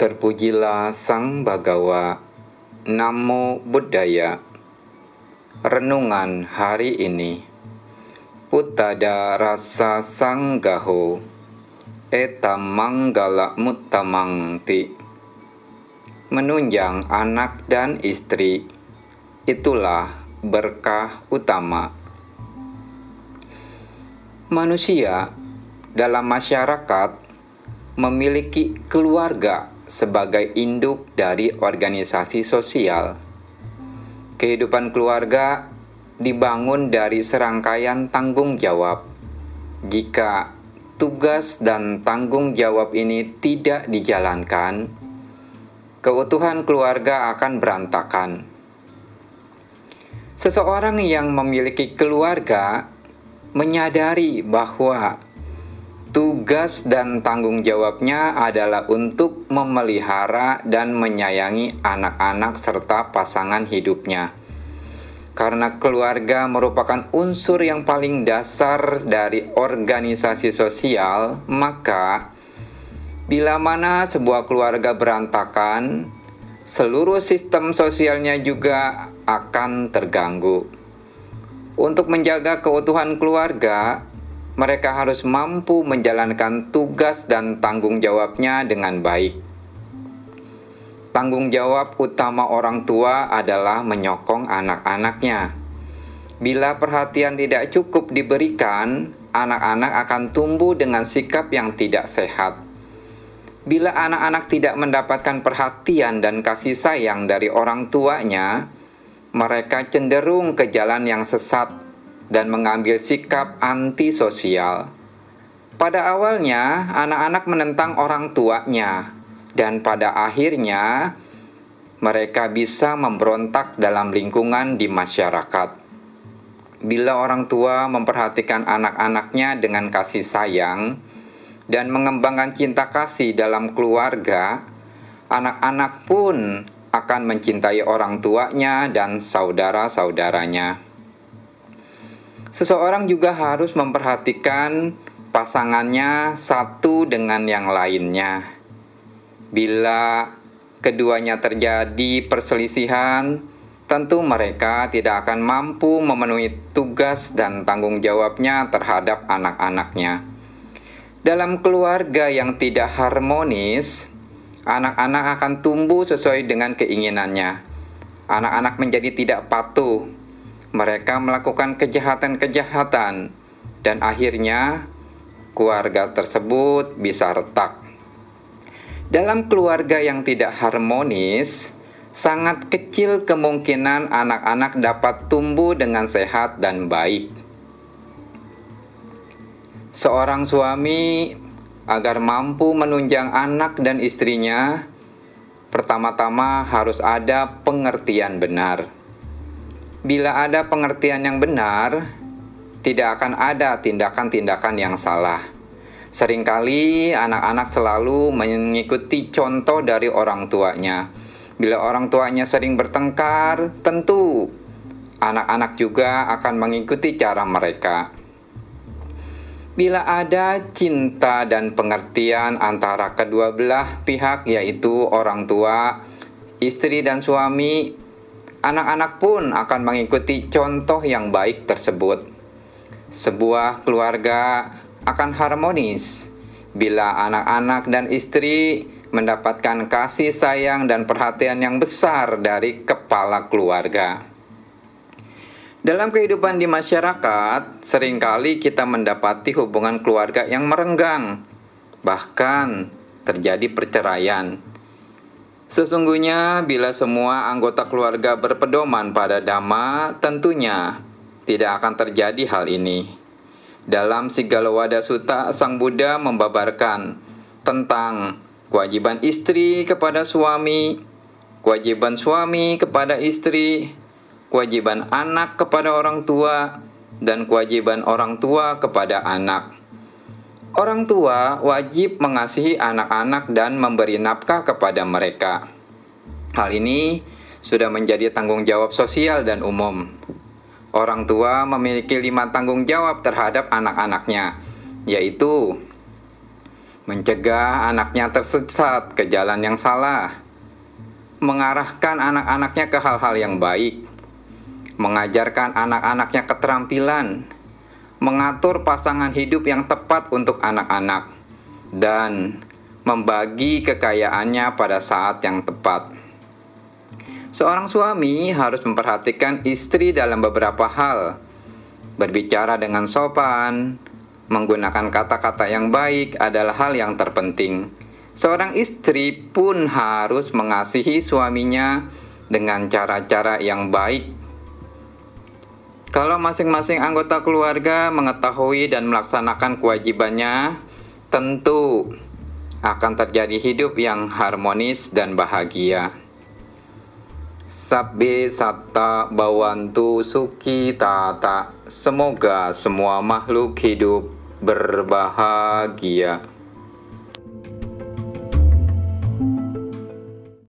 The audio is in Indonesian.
Terpujilah Sang Bhagawa. Namo Buddhaya. Renungan hari ini. Uttada rasa sanggaho etam manggala muttamangti. Menunjang anak dan istri, itulah berkah utama. Manusia dalam masyarakat memiliki keluarga sebagai induk dari organisasi sosial. Kehidupan keluarga dibangun dari serangkaian tanggung jawab. Jika tugas dan tanggung jawab ini tidak dijalankan, keutuhan keluarga akan berantakan. Seseorang yang memiliki keluarga menyadari bahwa tugas dan tanggung jawabnya adalah untuk memelihara dan menyayangi anak-anak serta pasangan hidupnya. Karena keluarga merupakan unsur yang paling dasar dari organisasi sosial, maka bila mana sebuah keluarga berantakan, seluruh sistem sosialnya juga akan terganggu. Untuk menjaga keutuhan keluarga, mereka harus mampu menjalankan tugas dan tanggung jawabnya dengan baik. Tanggung jawab utama orang tua adalah menyokong anak-anaknya. Bila perhatian tidak cukup diberikan, anak-anak akan tumbuh dengan sikap yang tidak sehat. Bila anak-anak tidak mendapatkan perhatian dan kasih sayang dari orang tuanya, mereka cenderung ke jalan yang sesat dan mengambil sikap antisosial. Pada awalnya, anak-anak menentang orang tuanya, dan pada akhirnya mereka bisa memberontak dalam lingkungan di masyarakat. Bila orang tua memperhatikan anak-anaknya dengan kasih sayang dan mengembangkan cinta kasih dalam keluarga, anak-anak pun akan mencintai orang tuanya dan saudara-saudaranya. Seseorang juga harus memperhatikan pasangannya satu dengan yang lainnya. Bila keduanya terjadi perselisihan, tentu mereka tidak akan mampu memenuhi tugas dan tanggung jawabnya terhadap anak-anaknya. Dalam keluarga yang tidak harmonis, anak-anak akan tumbuh sesuai dengan keinginannya. Anak-anak menjadi tidak patuh. Mereka melakukan kejahatan-kejahatan dan akhirnya keluarga tersebut bisa retak. Dalam keluarga yang tidak harmonis, sangat kecil kemungkinan anak-anak dapat tumbuh dengan sehat dan baik. Seorang suami agar mampu menunjang anak dan istrinya, pertama-tama harus ada pengertian benar. Bila ada pengertian yang benar, tidak akan ada tindakan-tindakan yang salah. Seringkali anak-anak selalu mengikuti contoh dari orang tuanya. Bila orang tuanya sering bertengkar, tentu anak-anak juga akan mengikuti cara mereka. Bila ada cinta dan pengertian antara kedua belah pihak, yaitu orang tua, istri dan suami, anak-anak pun akan mengikuti contoh yang baik tersebut. Sebuah keluarga akan harmonis bila anak-anak dan istri mendapatkan kasih sayang dan perhatian yang besar dari kepala keluarga. Dalam kehidupan di masyarakat, seringkali kita mendapati hubungan keluarga yang merenggang, bahkan terjadi perceraian. Sesungguhnya bila semua anggota keluarga berpedoman pada Dhamma, tentunya tidak akan terjadi hal ini. Dalam Siggalawada Sutta, Sang Buddha membabarkan tentang kewajiban istri kepada suami, kewajiban suami kepada istri, kewajiban anak kepada orang tua, dan kewajiban orang tua kepada anak. Orang tua wajib mengasihi anak-anak dan memberi nafkah kepada mereka. Hal ini sudah menjadi tanggung jawab sosial dan umum. Orang tua memiliki 5 tanggung jawab terhadap anak-anaknya, yaitu mencegah anaknya tersesat ke jalan yang salah, mengarahkan anak-anaknya ke hal-hal yang baik, mengajarkan anak-anaknya keterampilan, mengatur pasangan hidup yang tepat untuk anak-anak, dan membagi kekayaannya pada saat yang tepat. Seorang suami harus memperhatikan istri dalam beberapa hal, berbicara dengan sopan, menggunakan kata-kata yang baik adalah hal yang terpenting. Seorang istri pun harus mengasihi suaminya dengan cara-cara yang baik. Kalau masing-masing anggota keluarga mengetahui dan melaksanakan kewajibannya, tentu akan terjadi hidup yang harmonis dan bahagia. Sabbe satta bawantu suki tata. Semoga semua makhluk hidup berbahagia.